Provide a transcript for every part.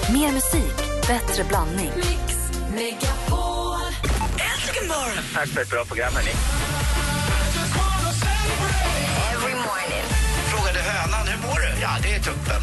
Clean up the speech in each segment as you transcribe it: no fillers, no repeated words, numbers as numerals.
Mer musik, bättre blandning. Mix Megapol. Älskar morgon. Tack för ett bra program, hörni. Every morning. Frågade hönan, hur mår du? Ja, det är tuppen.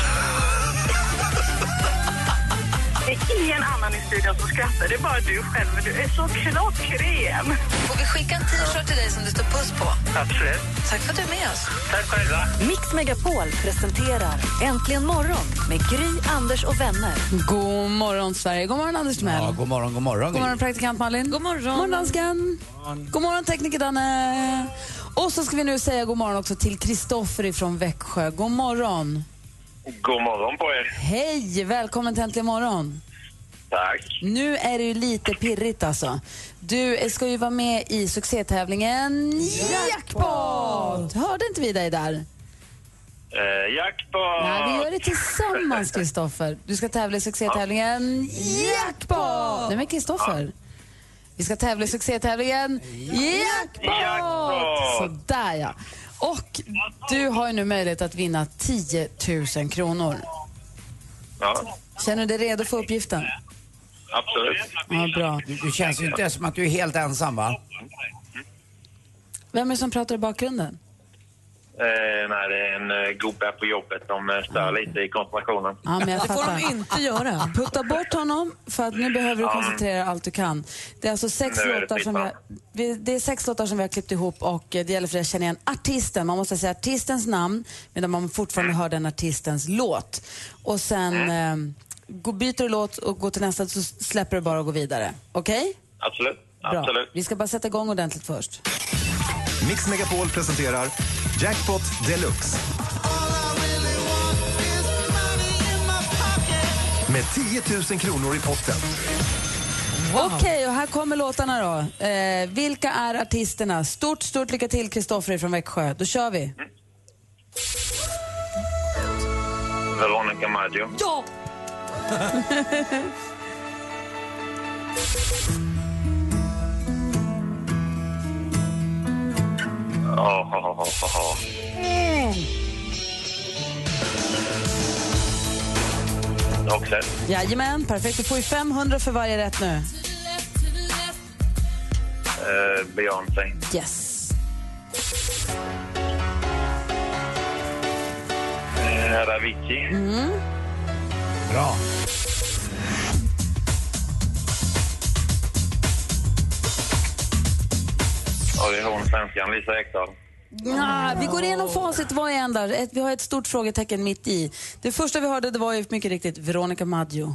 Det är ingen annan i studion som skrattar, det är bara du själv. Men du är så klockren. Får vi skicka en t-shirt till dig som det står puss på? Absolut. Tack för att du är med oss. Tack själva. Mix Megapol presenterar Äntligen morgon med Gry, Anders och vänner. God morgon, Sverige. God morgon, Anders Timell. Ja, god morgon, god morgon. God morgon, praktikant Malin. God morgon. God morgon, dansken. God morgon, tekniker Danne. Och så ska vi nu säga god morgon också till Kristoffer från Växjö. God morgon. God morgon på er. Hej, välkommen till Äntligen morgon. Tack. Nu är det ju lite pirrigt alltså. Du ska ju vara med i succétävlingen Jackpot. Hörde inte vi dig där? Jackpot. Nej, vi gör det tillsammans, Kristoffer. Du ska tävla i succétävlingen Jackpot. Nej, men Kristoffer. Vi ska tävla i succétävlingen Jackpot. Så där ja. Och du har ju nu möjlighet att vinna 10 000 kronor. Ja, Känner du dig redo för uppgiften? absolut. Ja, bra. Du känns ju inte som att du är helt ensam, va? Vem är det som pratar i bakgrunden? Nej, det är en gubbe på jobbet som stör lite i koncentrationen. Ja, men jag Det får fattar. de inte göra. Putta bort honom, för att nu behöver du koncentrera allt du kan. Det är alltså 6 Nu är det låtar som det är 6 låtar som vi har klippt ihop, och det gäller för dig att känna igen artisten. Man måste säga artistens namn medan man fortfarande hör den artistens låt. Och sen byter du låt och går till nästa, så släpper du bara och går vidare. Okej? Absolut. Bra. Absolut. Vi ska bara sätta igång ordentligt först. Mix Megapol presenterar Jackpot Deluxe. Med 10 000 kronor i potten. Okej, och här kommer låtarna då. Vilka är artisterna? Stort lycka till, Kristoffer från Växjö. Då kör vi. Veronica Maggio. Ja! Också. Jajamän, perfekt. Du får ju 500 för varje rätt nu. Beyoncé. Yes. Avicii. Bra. Och det är hon svenskan, Lisa Ekdahl. Vi går igenom facit var igen där. Vi har ett stort frågetecken mitt i. Det första vi hörde, det var ju mycket riktigt Veronica Maggio.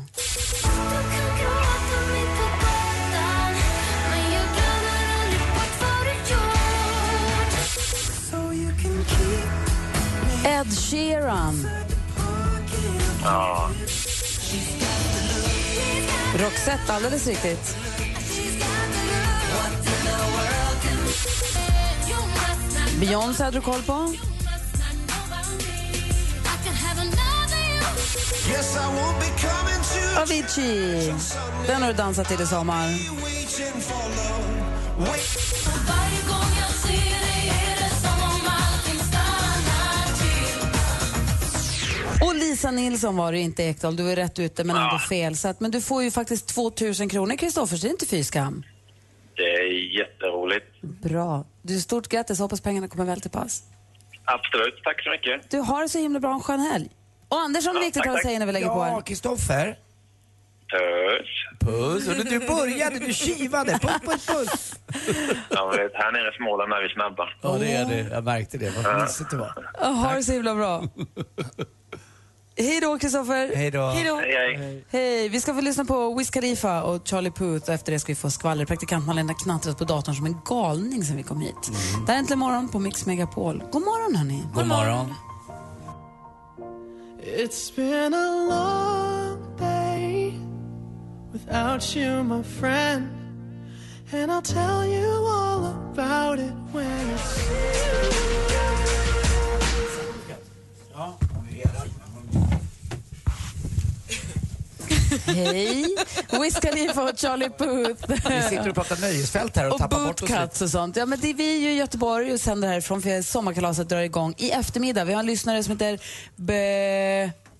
Ed Sheeran. Ja. Roxette, alldeles riktigt. Beyoncé hade du koll på. Avicii. Den har du dansat till i sommar. Och Lisa Nilsson var det inte, Ekdahl. Du är rätt ute men ändå fel. Så att, men du får ju faktiskt 2 000 kronor, Kristoffer, så det är inte fy skam. Det är jätteroligt. Bra. Du, stort grattis. Hoppas pengarna kommer väl till pass. Absolut, tack så mycket. Du har det så himla bra, en skön helg. Och Andersson, är viktigt tack, att tack. säga när vi lägger på Ja, här. Kristoffer. Puss. Puss. Och du började, du kivade. Puss. Ja, men vet, här nere i Småland är vi snabba. Ja, det är det. Jag märkte det. Vad mysigt det var. Ha det så himla bra. Hej då, Kristoffer. Hej då. Hej, hej. Hej, vi ska få lyssna på Wiz Khalifa och Charlie Puth, och efter det ska vi få skvaller. Praktikant Malin har knattrat på datorn som en galning sen vi kom hit. Det här är Äntligen morgon på Mix Megapol. God morgon, hörni. God morgon. It's been a long day without you, my friend, and I'll tell you all about it when it's Hej. Wiz Khalifa och Charlie Puth. Vi sitter och pratar nöjesfält här och tappar bort oss lite. Bootcuts och sånt. Ja, men vi är ju i Göteborg och sänder härifrån för sommarkalaset drar igång i eftermiddag. Vi har en lyssnare som heter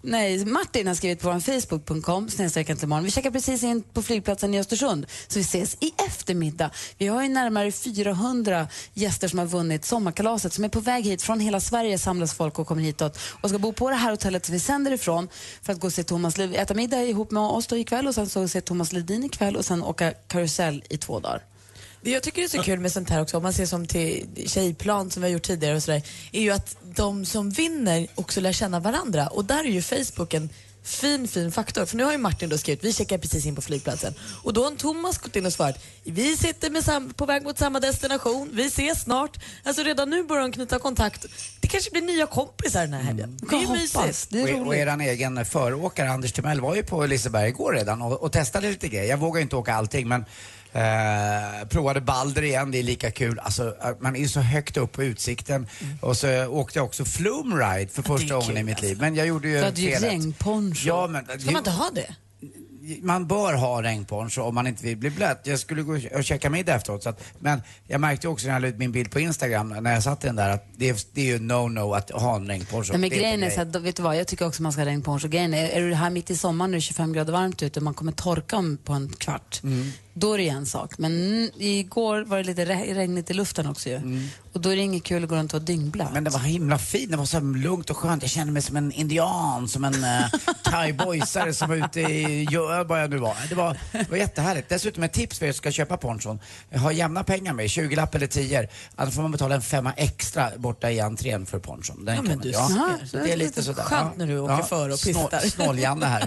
Martin har skrivit på vår facebook.com/äntligenmorgon. Vi checkar precis in på flygplatsen i Östersund, så vi ses i eftermiddag. Vi har ju närmare 400 gäster som har vunnit sommarkalaset, som är på väg hit från hela Sverige. Samlas folk och kommer hitåt och ska bo på det här hotellet som vi sänder ifrån för att gå och se Thomas äta middag ihop med oss då ikväll, och sen så se Thomas Ledin ikväll och sen åka karusell i 2 dagar. Det jag tycker är så kul med sånt här också, om man ser som till tjejplan som vi har gjort tidigare och sådär, är ju att de som vinner också lär känna varandra. Och där är ju Facebook en fin faktor. För nu har ju Martin då skrivit, vi checkar precis in på flygplatsen. Och då har Thomas gått in och svarat, vi sitter på väg mot samma destination, vi ses snart. Alltså redan nu börjar de knyta kontakt. Det kanske blir nya kompisar den här helgen. Det är mysigt. Det är roligt. Och eran egen föråkare Anders Timell var ju på Liseberg igår redan och testade lite grejer. Jag vågar inte åka allting, men provade Balder igen, det är lika kul. Alltså, man är så högt upp på utsikten. Och så åkte jag också Flume Ride för första gången i mitt liv. Men jag gjorde ju felet. Regnponcho. Ja, men ska man inte ha det? Man bör ha regnponcho om man inte vill bli blöt. Jag skulle gå och käka middag efteråt. Så att, men jag märkte också när jag la ut min bild på Instagram när jag satt i den där att det är ju no att ha en regnponcho. Nej, men grejen är så att, vet du vad, jag tycker också man ska ha regnponcho. Grejen är du här mitt i sommaren, nu är 25 grader varmt ute och man kommer torka på en kvart. Då är det en sak. Men igår var det lite regnigt i luften också ju. Och då är det inget kul att gå runt och dyngblöt. Men det var himla fint, det var så lugnt och skönt. Jag kände mig som en indian, som en thai-boysare som var ute i vad jag nu var. Det var jättehärligt. Dessutom ett tips för er som ska köpa ponchon. Ha jämna pengar med, 20-lapp eller 10. Annars får man betala en 5 extra borta i entrén för ponchon. Den kan man, så det är lite sådär. Skönt när du åker för och pistar. Snåljanne här.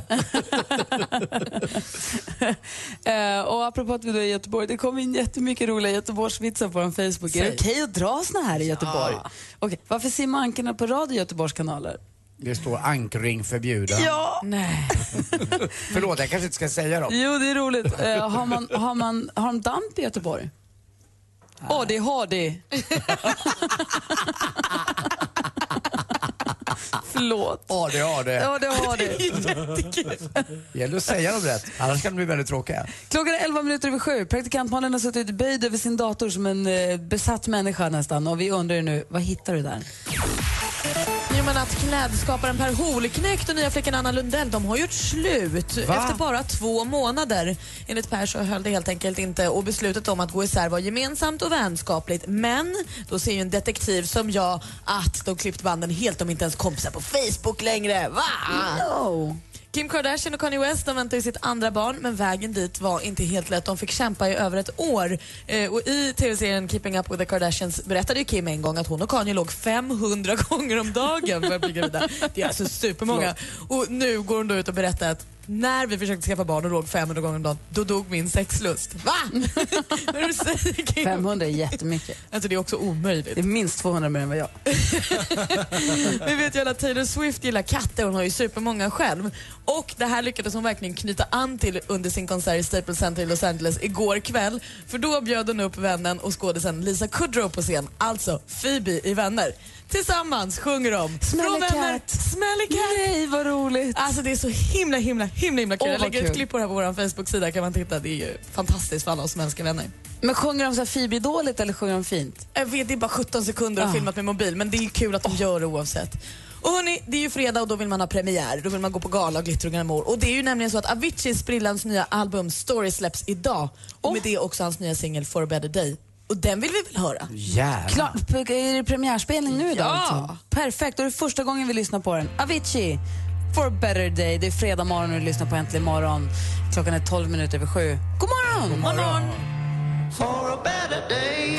Och apropå att vi då är i Göteborg, det kom in jättemycket roliga Göteborgsvitsar på en Facebook. Är det okej att dra såna här i Göteborg? Okej. Varför ser man ankarna på Radio Göteborgs kanaler? Det står ankring förbjuden. Ja! Nej. Förlåt, jag kanske inte ska säga dem. Jo, det är roligt. Har de damp i Göteborg? Det har det. Förlåt. Det har det. Ja, det har det. Det gäller att säga dem rätt, annars kan det bli väldigt tråkiga. Klockan är 11:11. Praktikantmannen har suttit böjd över sin dator som en besatt människa nästan. Och vi undrar nu, vad hittar du där? Men att klädskaparen Per Holknekt och nya flickan Anna Lundell, de har gjort slut efter bara 2 månader. Enligt Per så höll det helt enkelt inte, och beslutet om att gå isär var gemensamt och vänskapligt. Men då ser ju en detektiv som jag att de klippt banden helt, om inte ens kompisar på Facebook längre. Va? No. Kim Kardashian och Kanye West, de väntar ju sitt andra barn, men vägen dit var inte helt lätt. De fick kämpa i över 1 år. Och i tv-serien Keeping Up with the Kardashians berättade ju Kim en gång att hon och Kanye låg 500 gånger om dagen för att bli gravida. Det är alltså supermånga. Och nu går hon då ut och berättar att när vi försökte skaffa barn och låg 500 gånger om dagen, då dog min sexlust. Va? Vad du säger, Kim? 500 är jättemycket. Alltså det är också omöjligt. Det är minst 200 mer än vad jag. Vi vet ju alla att Taylor Swift gillar katter. Hon har ju supermånga själv. Och det här lyckades hon verkligen knyta an till under sin konsert i Staples Center i Los Angeles igår kväll. För då bjöd hon upp vännen och skådisen Lisa Kudrow på scen. Alltså Phoebe i Vänner. Tillsammans sjunger de Smelly Cat. Smelly Cat. Nej, vad roligt. Alltså det är så himla kul. Jag lägger kul. ett klipp på det här på vår Facebook-sida, kan man titta. Det är ju fantastiskt för alla oss som älskar Vänner. Men sjunger de så här Phoebe-dåligt eller sjunger de fint? Jag vet, det är bara 17 sekunder och filmat med mobil, men det är ju kul att de gör det oavsett. Och hörni, det är ju fredag och då vill man ha premiär. Då vill man gå på gala och glitter och glamour. Och det är ju nämligen så att Aviciis sprillans nya album Story släpps idag. Och med det också hans nya singel For a Better Day. Och den vill vi väl höra? Jävlar. Klart, är det premiärspelning nu idag? Ja. Alltså? Perfekt, och det är första gången vi lyssnar på den. Avicii, For a Better Day. Det är fredag morgon och du lyssnar på Äntligen morgon. Klockan är 12:07. God morgon! God morgon! For a better day.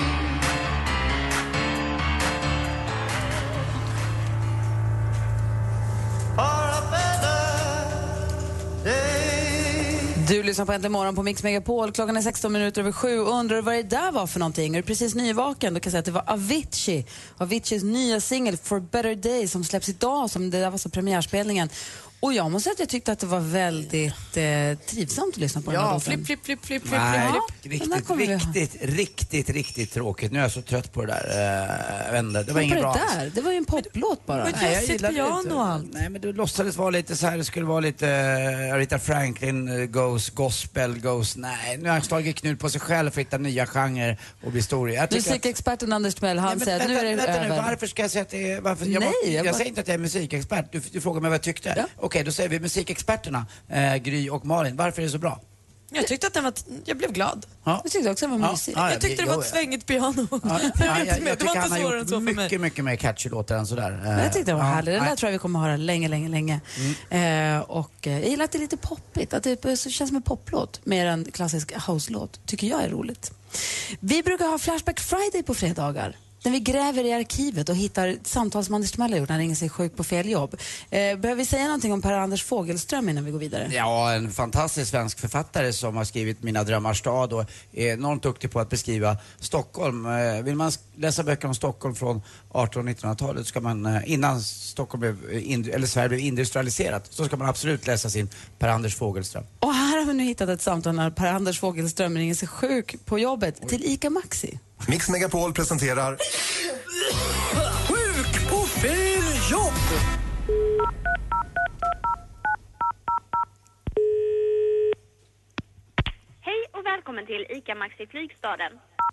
Du lyssnar på Äntligen morgon på Mix Megapol. Klockan är 16:07 och undrar vad det där var för någonting. Är du precis nyvaken? Du kan säga att det var Aviciis nya singel For a Better Day som släpps idag. Som det där var så premiärspelningen. Och jag måste säga att jag tyckte att det var väldigt trivsamt att lyssna på den här låten. Flipp. Nej, Ja, riktigt tråkigt. Nu är jag så trött på det där. Det var ingen bra. Det var ju en poplåt bara. Nej, jag gillar piano och allt. Nej, men du låtsades vara lite så här, det skulle vara lite Aretha Franklin goes gospel goes. Nej, nu har han slagit knut på sig själv för att hitta nya genrer och bli stor. Musikexperten Anders Timell, han säger att nu är det över. Varför ska jag säga att det är... Varför? Jag säger inte att jag är musikexpert. Du frågar mig vad jag tyckte. Ja. Okej, då säger vi musikexperterna, Gry och Malin. Varför är det så bra? Jag tyckte att jag blev glad. Ja. Jag tyckte också att det var mysigt. Jag tyckte det var ett svängigt piano. Jag tycker han har gjort mycket mer catchy låtar än sådär. Jag tyckte det var härligt. Den där tror jag vi kommer att höra länge. Och jag gillar att det är lite poppigt. Att det känns som en poplåt mer än klassisk house-låt. Tycker jag är roligt. Vi brukar ha Flashback Friday på fredagar. När vi gräver i arkivet och hittar ett samtal som Anders Timell har gjort när han ringer sig sjuk på fel jobb. Behöver vi säga någonting om Per-Anders Fogelström innan vi går vidare? Ja, en fantastisk svensk författare som har skrivit Mina drömmars stad och är enormt duktig på att beskriva Stockholm. Vill man läsa böcker om Stockholm från 1800- och 1900-talet ska man, innan Stockholm eller Sverige blev industrialiserat, så ska man absolut läsa sin Per-Anders Fogelström. Och här har vi nu hittat ett samtal när Per-Anders Fogelström ringer sig sjuk på jobbet till ICA Maxi. Mix Megapol presenterar Sjuk på fel jobb! Hej och välkommen till ICA Maxi Flygstaden.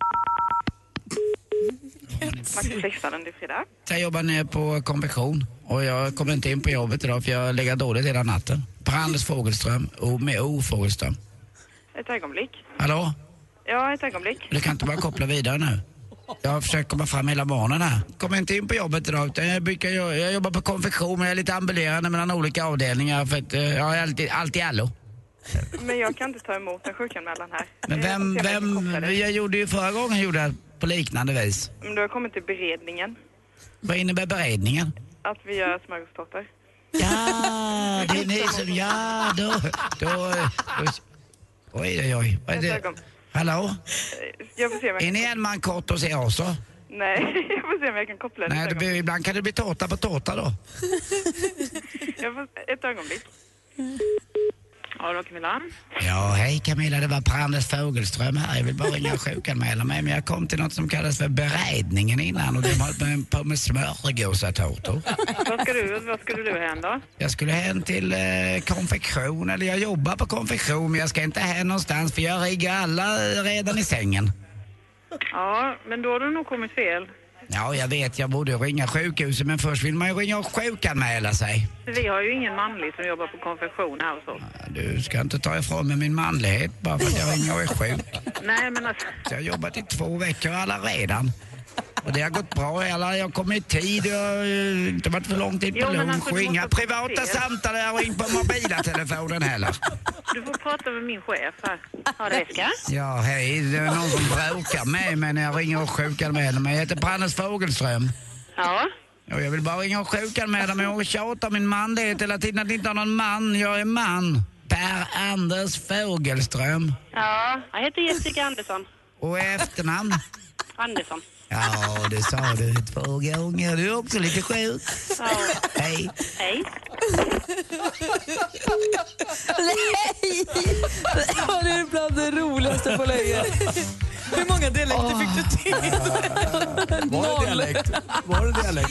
Maxi Flygstaden, det är fredag. Jag jobbar nere på konfektion och jag kommer inte in på jobbet idag för jag lägger dåligt hela natten. Per-Anders Fogelström, med Fogelström. Ett ögonblick. Hallå? Ja, ett ögonblick. Du kan inte bara koppla vidare nu. Jag har försökt komma fram hela morgonen här. Kommer inte in på jobbet idag utan jag jobbar på konfektion men jag är lite ambulerande mellan olika avdelningar för att jag är alltid allo. Men jag kan inte ta emot en sjukanmälan här. Men jag gjorde ju förra gången gjorde jag på liknande vis. Men du har kommit till beredningen. Vad innebär beredningen? Att vi gör smörgåstårtor. Ja, det är ni som, då oj. Vad är det? Hallå? Jag får se om jag är ni en man kort och ser också? Nej, jag får se om jag kan koppla det. Nej, ibland kan det bli tårta på tårta då. Ett ögonblick. Ja, då Camilla. Ja, hej Camilla, det var Per-Anders Fogelström här. Jag vill bara ringa och sjukanmäla mig, men jag kom till något som kallas för beredningen innan och de höll på med smörgåsatårtor. Vad skulle du hem då? Jag skulle hem till konfektion, eller jag jobbar på konfektion, men jag ska inte hem någonstans för jag riggar alla redan i sängen. Ja, men då har du nog kommit fel. Ja, jag vet, jag borde ringa sjukhuset, men först vill man ju ringa och sjukanmäla sig. Vi har ju ingen manlig som jobbar på konfektion här hos oss. Ja, du ska inte ta ifrån mig min manlighet bara för att jag ringer och är sjuk. Nej, men alltså... Så jag har jobbat i 2 veckor alla redan. Och det har gått bra, jag har kommit i tid, jag har inte varit för långt in på lunch och inga privata samtal, jag har ringt på mobiltelefonen heller. Du får prata med min chef här. Har du väska? Ja, hej, det är någon som bråkar med mig när jag ringer och sjukanmäler mig. Jag heter Per-Anders Fogelström. Ja. Och jag vill bara ringa och sjukanmäla mig och tjata min manlighet hela tiden att inte ha någon man. Jag är man. Per-Anders Fogelström. Ja, jag heter Jessica Andersson. Och efternamn? Andersson. Ja, det sa du 2 gånger. Du är också lite sjuk. Ja. Hej. Hej. Nej! Det är bland det roligaste på länge. Hur många dialekter fick du till? Var det dialekt? Var det dialekt?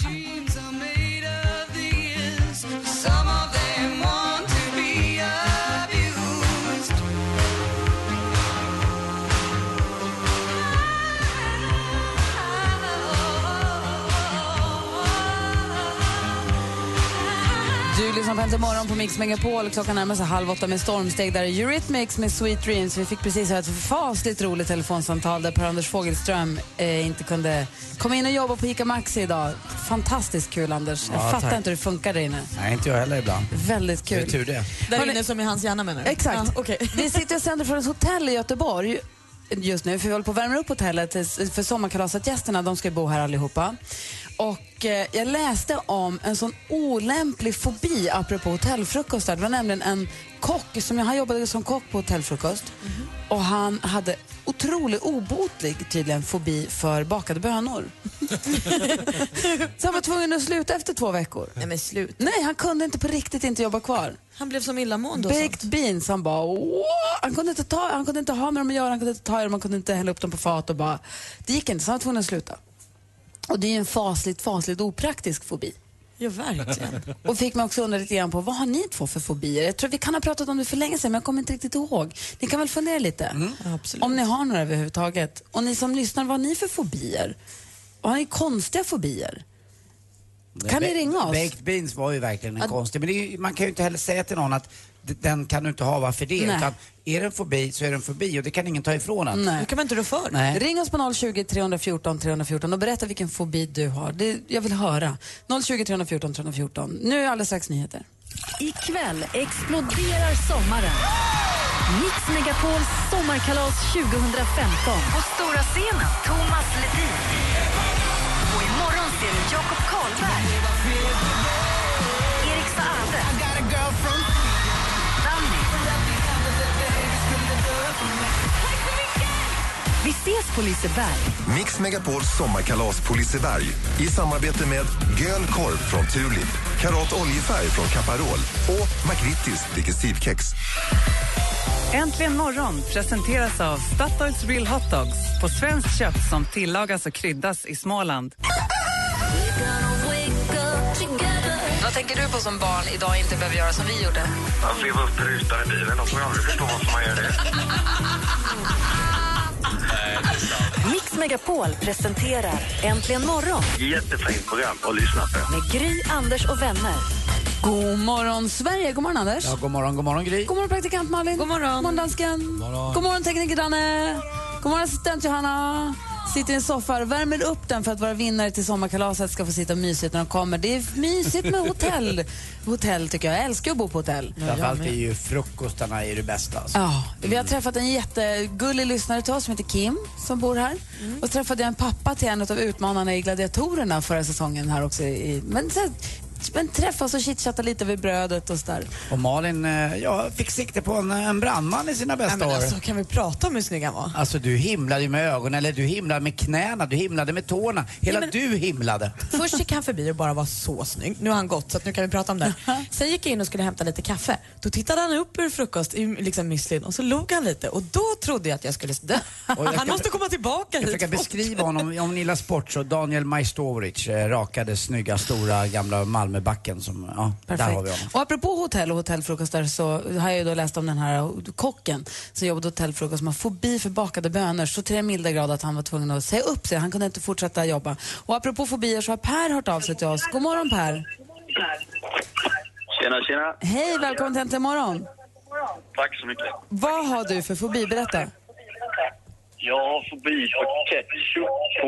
Du lyssnar på Äntligen morgon på Mix Megapol. Klockan närmar sig 7:30 med stormsteg. Där är Eurythmics med Sweet Dreams. Vi fick precis höra ett fasligt roligt telefonsamtal där Per-Anders Fogelström inte kunde komma in och jobba på ICA Maxi idag. Fantastiskt kul, Anders. Jag fattar inte hur det funkar där inne. Nej, inte jag heller ibland. Väldigt kul. Det är tur det. Där inne som i hans hjärna, menar du? Exakt. Ja, okay. Vi sitter och sänder från ett hotell i Göteborg just nu, för vi håller på att värma upp hotellet för sommarkalaset. Gästerna, de ska bo här allihopa. Och jag läste om en sån olämplig fobi apropå hotellfrukostar. Det var nämligen en kock som han jobbade som kock på hotellfrukost. Och han hade otrolig, obotlig tydligen fobi för bakade bönor. Så han var tvungen att sluta efter 2 veckor. Nej, men slut. Nej, han kunde inte på riktigt inte jobba kvar. Han blev som illamående. Baked beans, han bara han kunde inte ha med dem att göra, han kunde inte ta i dem, han kunde inte hälla upp dem på fat och bara, det gick inte, så han var tvungen att sluta. Och det är ju en fasligt opraktisk fobi. Ja, verkligen. Och fick mig också undra lite grann på, vad har ni två för fobier? Jag tror vi kan ha pratat om det för länge sedan, men jag kommer inte riktigt ihåg. Ni kan väl fundera lite? Absolut. Om ni har några överhuvudtaget. Och ni som lyssnar, vad har ni för fobier? Och har ni konstiga fobier? Kan ni ringa oss? Baked beans var ju verkligen en konstig. Men det är ju, man kan ju inte heller säga till någon att den kan du inte ha, varför det? Nej. Utan är det en fobi så är det en fobi och det kan ingen ta ifrån en. Nej. Det kan man inte rå för. Nej. Ring oss på 020 314 314 och berätta vilken fobi du har. Jag vill höra. 020 314 314. Nu är alldeles strax nyheter. Ikväll exploderar sommaren. Mix Megapols sommarkalas 2015. På stora scenen, Thomas Ledin. Och imorgon ser du Jakob Karlberg. Erik Saade. Danny. Vi ses på Liseberg. Mix Megapols sommarkalas på Liseberg i samarbete med Göl Korv från Tulip, Karat oljefärg från Caparol och McVittys digestivkex. Äntligen morgon presenteras av Statoils Real Hot Dogs på svenskt kött som tillagas och kryddas i Småland. Vad tänker du på som barn idag inte behöver göra som vi gjorde? Att leva upp rutan i bilen, då får jag aldrig förstå varför man gör det. Mix Megapol presenterar Äntligen morgon. Jättefint program att lyssna på. Med Gry, Anders och vänner. God morgon Sverige, god morgon Anders. Ja, god morgon Gry. God morgon praktikant Malin. God morgon. God morgon dansken. God morgon tekniker Danne. God morgon assistent Johanna. Sitter i en soffa och värmer upp den för att våra vinnare till sommarkalaset ska få sitta mysigt när de kommer. Det är mysigt med hotell tycker jag. Jag älskar att bo på hotell. Framförallt är ju frukostarna är det bästa. Alltså. Ja, vi har träffat en jättegullig lyssnare till oss som heter Kim som bor här. Och så träffade jag en pappa till en av utmanarna i Gladiatorerna förra säsongen här också. Men träffas och chitchatta lite vid brödet och sådär. Och Malin fick sikte på en brandman i sina bästa år. Alltså, kan vi prata om hur snygg han var? Alltså du himlade ju med ögonen, eller du himlade med knäna, du himlade med tårna. Du himlade. Först gick han förbi och bara var så snygg. Nu har han gått så att nu kan vi prata om det. Sen gick jag in och skulle hämta lite kaffe. Då tittade han upp ur frukost i liksom müslin och så log han lite. Och då trodde jag att jag skulle dö. Han måste komma tillbaka hit. Jag försöker beskriva honom, om ni gillar sport så Daniel Majstorovic rakade snygga, stora, gamla Malmöbacken som, där har vi honom. Och apropå hotell och hotellfrukostar så har jag ju då läst om den här kocken som jobbade hotellfrukost som har fobi för bakade bönor så till den milda grad att han var tvungen att säga upp sig. Han kunde inte fortsätta jobba. Och apropå fobier så har Per hört av sig till oss. God morgon Per. Tjena. Hej, välkommen till Äntligen morgon. Tack så mycket. Vad har du för fobi? Berätta. Jag har fobi för ketchup på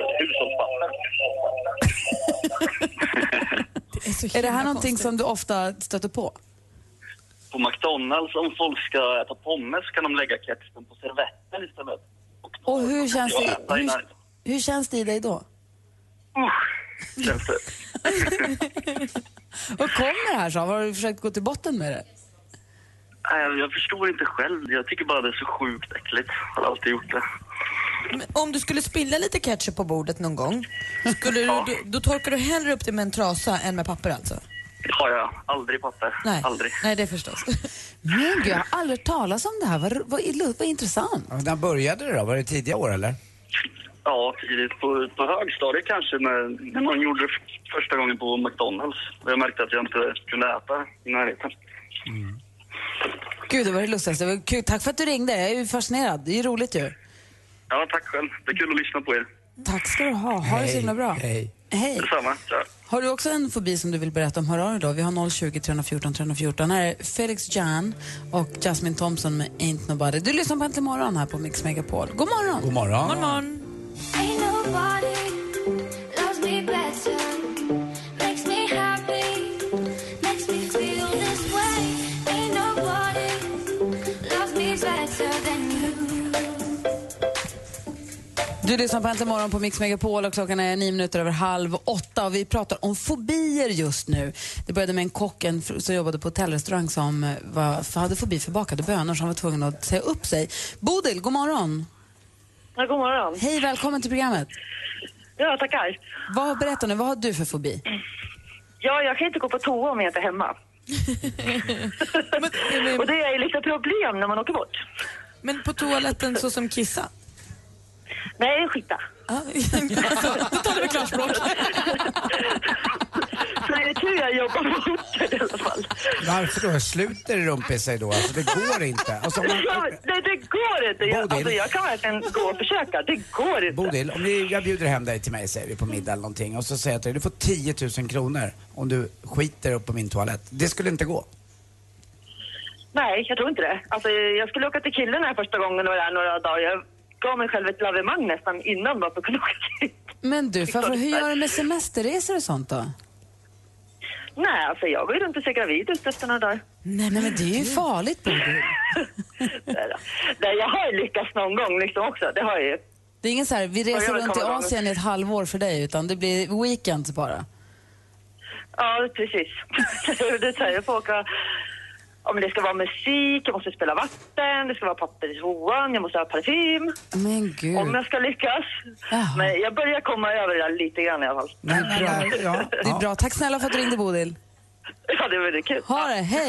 hushållspapper. Är det här någonting som du ofta stöter på? På McDonalds, om folk ska äta pommes kan de lägga ketchupen på servetten istället. Och hur känns det i dig då? Känns det. Vad kommer det här så? Har du försökt gå till botten med det? Nej, jag förstår inte själv. Jag tycker bara det är så sjukt äckligt. Jag har alltid gjort det. Men om du skulle spilla lite ketchup på bordet någon gång, då torkar du hellre upp det med en trasa än med papper alltså? Ja, aldrig papper. Nej. Aldrig. Nej, det förstås. Men gud, jag har aldrig talat om det här. Vad intressant. Ja, när började det då? Var det tidiga år eller? Ja, tidigt på högstadiet kanske när man gjorde det första gången på McDonalds. Och jag märkte att jag inte kunde äta i närheten. Gud, det var det lustigaste. Det var kul. Tack för att du ringde. Jag är ju fascinerad. Det är ju roligt ju. Ja, tack själv. Det är kul att lyssna på er. Tack ska du ha. Ha det så himla bra. Hej. Detsamma. Ja. Har du också en fobi som du vill berätta om? Hör av dig då. Vi har 020 314 314. Här är Felix Jan och Jasmine Thompson med Ain't Nobody. Du lyssnar på Äntligen morgon här på Mix Megapol. God morgon. God morgon. God morgon. Ain't nobody loves me better, makes me happy, makes me feel this way. Ain't nobody loves me better than you. Du lyssnar på Äntligen morgon på Mix Megapol och klockan är 7:09 och vi pratar om fobier just nu. Det började med en kock som jobbade på hotellrestaurang som hade fobi för bakade bönor så han var tvungen att säga upp sig. Bodil, god morgon. Ja, god morgon. Hej, välkommen till programmet. Ja, tackar. Berätta nu, vad har du för fobi? Ja, jag kan inte gå på toa om jag inte är hemma. Och det är lite problem när man åker bort. Men på toaletten så som kissa? Nej, skita. Då tar vi klarspråk. Så det är tur jag jobbar på orten i alla fall. Varför då? Sluter rump i sig då? Alltså, det går inte. Alltså, Nej, det går inte. Jag kan verkligen gå och försöka. Det går inte. Bodil, om jag bjuder hem dig till mig, säger vi, på middag eller någonting, och så säger jag till dig, du får 10 000 kronor om du skiter upp på min toalett. Det skulle inte gå. Nej, jag tror inte det. Alltså, jag skulle åka till killen här första gången och var där några dagar. Jag gav mig själv ett lavemang nästan innan bara för att kunna åka dit. Men du, hur gör du med semesterresor och sånt då? Nej, alltså jag går ju runt och ser gravid ut efter några dagar. Nej, men det är ju farligt, Bodil. Nej, jag har ju lyckats någon gång liksom också, det har jag ju. Det är ingen så här, vi reser runt i Asien i ett halvår för dig, utan det blir weekends bara. Ja, precis. Det säger jag får åka. Om det ska vara musik, jag måste spela vatten, det ska vara papper i toan, jag måste ha parfym. Men gud. Om jag ska lyckas. Jaha. Men jag börjar komma över det där lite grann i alla fall. Det är bra. Tack snälla för att du ringde, Bodil. Ja, det var väldigt kul. Ha det, hej.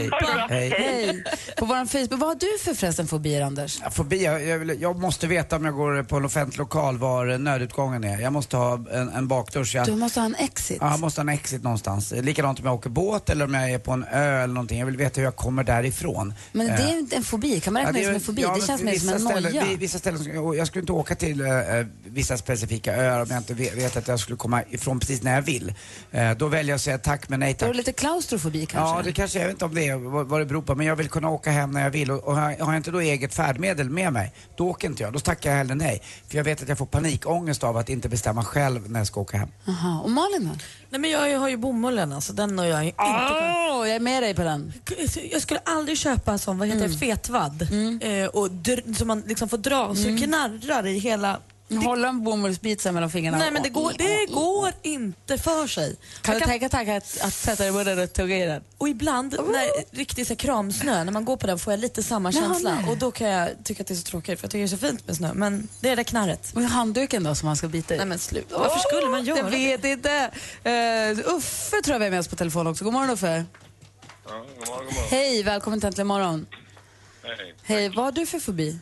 Hej. På vår Facebook, vad har du för förresten fobier, Anders? Fobi, jag måste veta om jag går på en offentlig lokal var nödutgången är. Jag måste ha en bakdörr. Du måste ha en exit. Ja, jag måste ha en exit någonstans. Likadant om jag åker båt eller om jag är på en ö eller någonting. Jag vill veta hur jag kommer därifrån. Men det är inte en fobi, kan man räkna det som en fobi? Det känns mer som en noja. Vissa ställen, jag skulle inte åka till vissa specifika öar om jag inte vet att jag skulle komma ifrån precis när jag vill. Då väljer jag att säga tack men nej tack. Är du lite klaustrofobi kanske? Ja, det kanske, jag vet inte om det är vad det beror på, men jag vill kunna åka hem när jag vill och har jag inte då eget färdmedel med mig, då åker inte jag, då tackar jag hellre nej. För jag vet att jag får panikångest av att inte bestämma själv när jag ska åka hem. Aha, och Malin då? Nej, men jag har ju bomullen, alltså den och jag inte jag är med dig på den. Jag skulle aldrig köpa en sån, vad heter det, fetvadd. Som man liksom får dra och så knarrar i hela... Hålla en bomullsbit mellan fingrarna. Nej, men det går inte för sig. Kan du tänka att sätta dig i munnen och tugga i den? Och ibland när riktigt så kramsnö, när man går på den får jag lite samma känsla. Och då kan jag tycka att det är så tråkigt, för jag tycker det är så fint med snö. Men det är det knarret. Och handduken då som man ska bita i? Nej men sluta, varför skulle man göra det? Jag vet inte. Uffe tror jag vi är med oss på telefon också. God morgon, Uffe. Ja, god morgon. Hej, välkommen till Äntligen morgon. Hej, vad har du för fobi?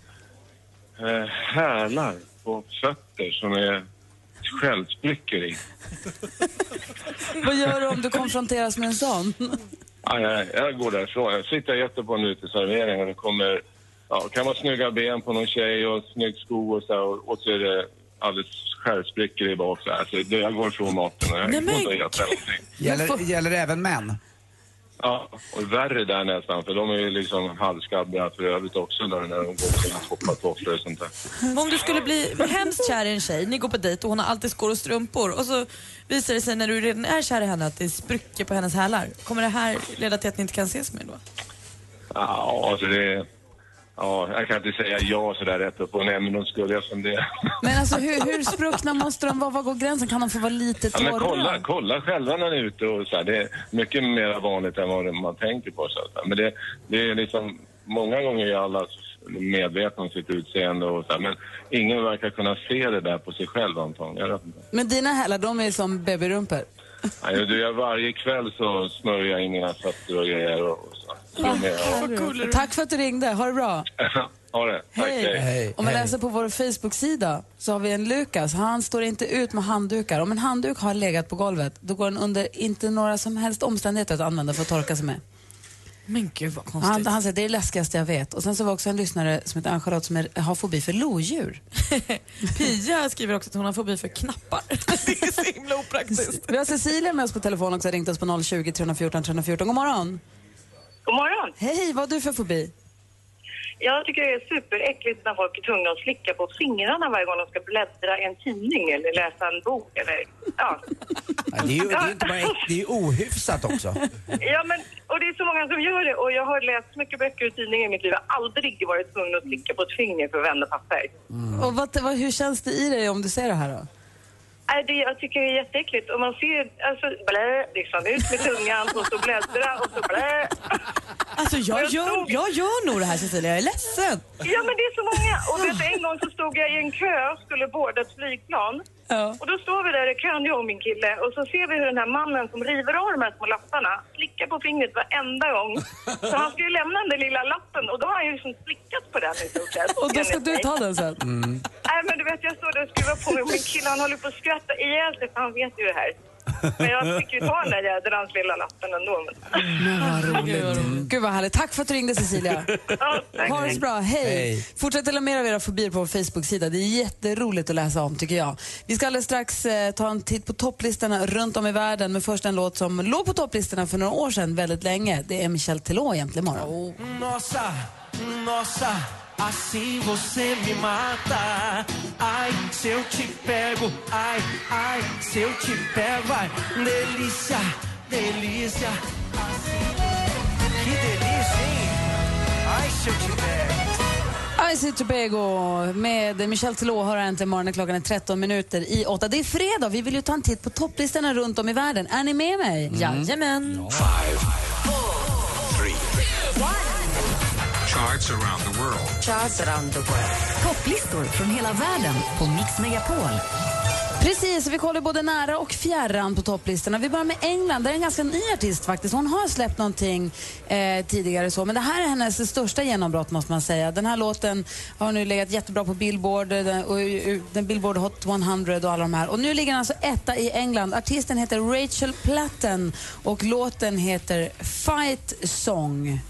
Hälar på fötter som är självsprickor i. Vad gör du om du konfronteras med en sån? Jag går därifrån. Jag sitter och äter på en uteservering och det kommer, kan vara snygga ben på någon tjej och snygg sko och så här, och så är det alldeles självsprickor i bak så här. Så jag går ifrån maten och jag går inte att äta någonting. Gäller det även män? Ja, och värre där nästan, för de är ju liksom halvskabbiga för övrigt också när de går på sina toppatofflor och sånt där. Om du skulle bli hemskt kär i en tjej, ni går på dejt och hon har alltid skor och strumpor och så visar det sig när du redan är kär i henne att det spricker på hennes hälar. Kommer det här leda till att ni inte kan ses mer då? Ja, alltså det... Ja, jag kan inte säga ja sådär rätt upp och nej, men de skulle jag fundera. Men alltså hur spruckna måste de vara? Vad går gränsen? Kan de få vara lite torra? Ja, men kolla själva när ni är ute och så här, det är mycket mer vanligt än vad man tänker på så här. Men det är liksom, många gånger är alla medvetna om sitt utseende och så här, men ingen verkar kunna se det där på sig själv antagligen. Men dina hälar, de är som babyrumpor? Nej, varje kväll så smörjer jag in mina fötter och grejer och så. Tack för att du ringde, ha det bra. Ha det, tack. Hej. Om man läser på vår Facebook-sida så har vi en Lukas. Han står inte ut med handdukar. Om en handduk har legat på golvet, då går den under inte några som helst omständigheter att använda för att torka sig med. Men gud vad konstigt. Han säger det är det läskigaste jag vet. Och sen så var också en lyssnare som heter Ann-Charlotte som har fobi för lodjur. Pia skriver också att hon har fobi för knappar. Det är så himla opraktiskt. Vi har Cecilia med oss på telefon också, ringt oss på 020-314-314. God morgon. God morgon. Hej, vad har du för fobi? Jag tycker det är superäckligt när folk är tvungna att slicka på fingrarna varje gång de ska bläddra en tidning eller läsa en bok eller Det är inte bara det är ohyfsat också. Ja, men och det är så många som gör det och jag har läst mycket böcker och tidningar i mitt liv. Jag har aldrig varit tvungen att slicka på ett finger för att vända papper. Och hur känns det i dig om du ser det här då? Jag tycker det är jätteäckligt. Och man ser, alltså, blä, liksom ut med tungan och så bläddra och så blä. Alltså jag gör nog det här, Cecilia, jag är ledsen. Ja, men det är så många. Och vet du, en gång så stod jag i en kö, skulle boarda ett flygplan. Ja. Och då står vi där i kön, jag och min kille, och så ser vi hur den här mannen som river av de här små lapparna slickar på fingret varenda gång. Så han ska ju lämna den där lilla lappen, och då har han ju liksom slickat på den i stort sett. Och då ska du ta den sen? Nej, men du vet, jag står där och skruvar på mig, och min kille han håller på att skratta ihjäl sig, för han vet ju det här. Men jag fick ju ta den där jädrans lilla lappen ändå. Men vad roligt. Gud vad härligt. Tack för att du ringde, Cecilia. Ja, tack. Ha det så bra. Hej. Fortsätt dela mer av era fobier på vår Facebook-sida. Det är jätteroligt att läsa om, tycker jag. Vi ska alldeles strax ta en titt på topplistorna runt om i världen. Men först en låt som låg på topplistorna för några år sedan väldigt länge. Det är Michel Teló egentligen imorgon. Nossa, assim você me mata. Ai, se eu te pego. Ai, ai, se eu te pego. Ai, delícia, delícia. Que delícia, hein? Ai, se eu te pego. Icy Tobago med Michel Teló har äntligen morgonen, klockan är 13 minuter i 8. Det är fredag, vi vill ju ta en titt på topplistorna runt om i världen. Är ni med mig? Jajamän. 5, 4, 3, 1. Charts around the world. Charts around the world. Topplistor från hela världen på Mix Megapol. Precis, vi kollar både nära och fjärran på topplistorna. Vi börjar med England, det är en ganska ny artist faktiskt. Hon har släppt någonting tidigare så, men det här är hennes största genombrott måste man säga. Den här låten har nu legat jättebra på Billboard och den Billboard Hot 100 och alla de här. Och nu ligger den alltså etta i England. Artisten heter Rachel Platten och låten heter Fight Song.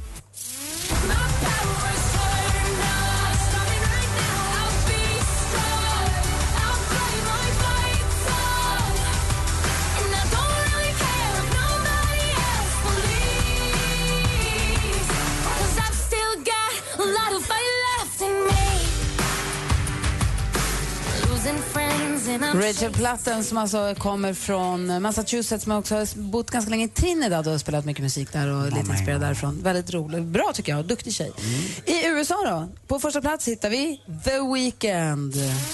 Rachel Platten som alltså kommer från Massachusetts men också har bott ganska länge i Trinidad och spelat mycket musik där och lite inspirerad därifrån. Väldigt rolig, bra tycker jag, duktig tjej. I USA då, på första plats hittar vi The Weeknd.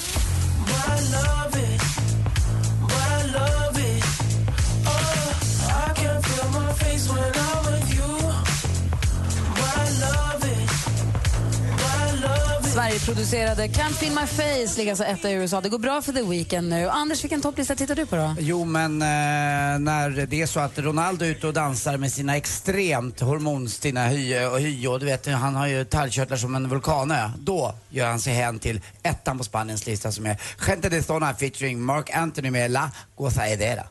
Sverige-producerade Can't Feel My Face ligger alltså etta i USA. Det går bra för The Weeknd nu. Anders, vilken topplista tittar du på då? Jo, men när det är så att Ronaldo är ute och dansar med sina extremt hormonstinna hy och du vet, han har ju talgkörtlar som en vulkanö. Då gör han sig hän till ettan på Spaniens lista som är Gente de Zona featuring Mark Anthony med La Gozadera.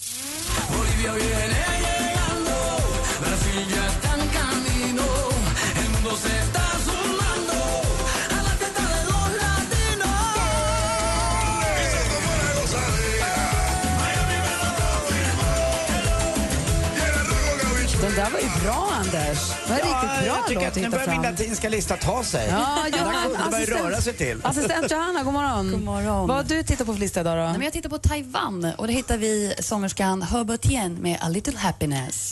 Den där var ju bra, Anders. Det var riktigt bra. Jag tycker att nu börjar min latinska lista ta sig. Ja, det börjar röra sig till. Assistent Johanna, god morgon. God morgon. Vad har du tittat på för lista idag då? Nej, men jag tittar på Taiwan och där hittar vi sångerskan Herbert Yen med A Little Happiness.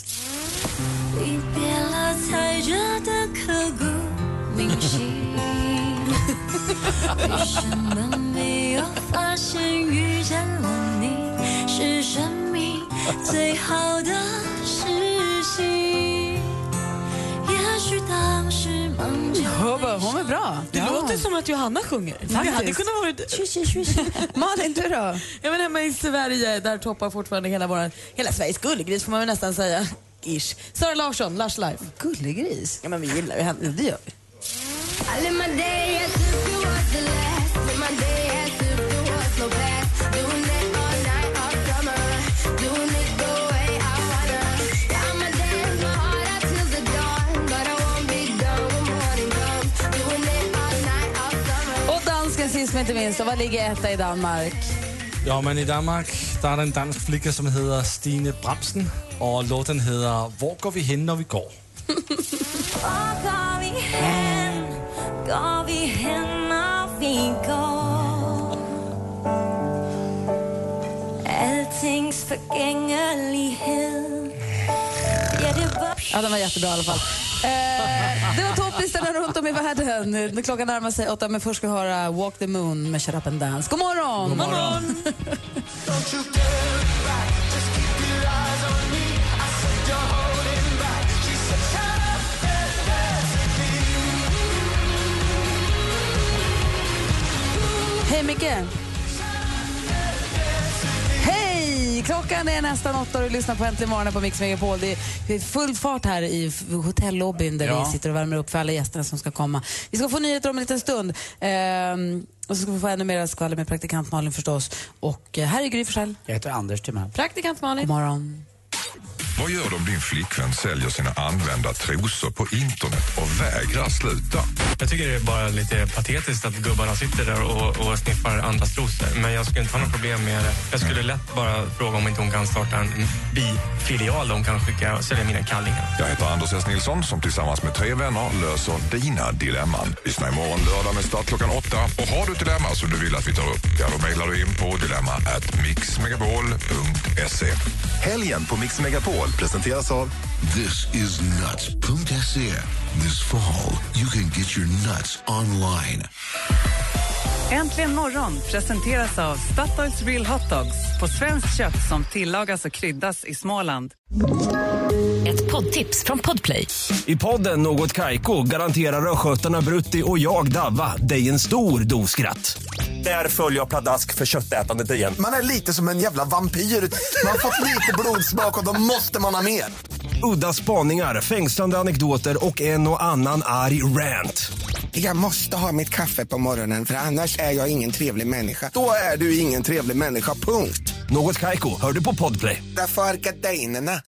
Hon är bra. Det låter som att Johanna sjunger. Det hade kunnat varit... Malin, du då? Jag menar hemma i Sverige, där toppar fortfarande hela Sveriges gullegris får man väl nästan säga. Ish. Sara Larsson, Lush Life. Gullegris? Ja, men vi gillar ju henne. Det gör vi. Sist men inte minst, vad ligger etta i Danmark? Ja, men i Danmark, der er der en dansk flicka, som hedder Stine Bramsen, og låten hedder Hvor går vi hen, når vi går? Hvor går vi hen når vi går? Alltings förgängelighed. Ja, den var jättebra i alla fall. Det var topplistorna runt om i världen. Klockan närmar sig 8, men först ska vi höra Walk the Moon med Shut Up and Dance. God morgon! God morgon! Hej Micke! Hej! Klockan är nästan 8 och du lyssnar på Äntligen morgon på Mix Megapol. Det är full fart här i hotellobbyn där vi sitter och värmer upp för alla gästerna som ska komma. Vi ska få nyheter om en liten stund. Och så ska vi få ännu mer skvaller med praktikant Malin förstås. Och här är Gry Forssell. Jag heter Anders Timell. Praktikant Malin. God morgon. Vad gör du om din flickvän säljer sina använda trosor på internet och vägrar sluta? Jag tycker det är bara lite patetiskt att gubbarna sitter där och sniffar andras trosor. Men jag skulle inte ha något problem med det. Jag skulle lätt bara fråga om inte hon kan starta en bifilial där hon kan skicka och sälja mina kallingar. Jag heter Anders S. Nilsson som tillsammans med 3 vänner löser dina dilemman. Lyssna imorgon lördag med start klockan 8. Och har du ett dilemma som du vill att vi tar upp, ja då mejlar du in på dilemma@mixmegapol.se. Helgen på Mix Megapol presenteras av thisisnuts.se. This fall you can get your nuts online. Äntligen morgon presenteras av Statoils Real Hot Dogs på svenskt kött som tillagas och kryddas i Småland. Ett poddtips från Podplay. I podden Något Kaiko garanterar röskötarna Brutti och jag Davva dig en stor doskratt. Där följer jag pladask för köttätandet igen. Man är lite som en jävla vampyr. Man har fått lite blodsmak och då måste man ha mer. Udda spaningar, fängslande anekdoter och en och annan arg rant. Jag måste ha mitt kaffe på morgonen för annars är jag ingen trevlig människa. Då är du ingen trevlig människa, punkt. Något Kaiko, hör du på Podplay. Därför är gardinerna.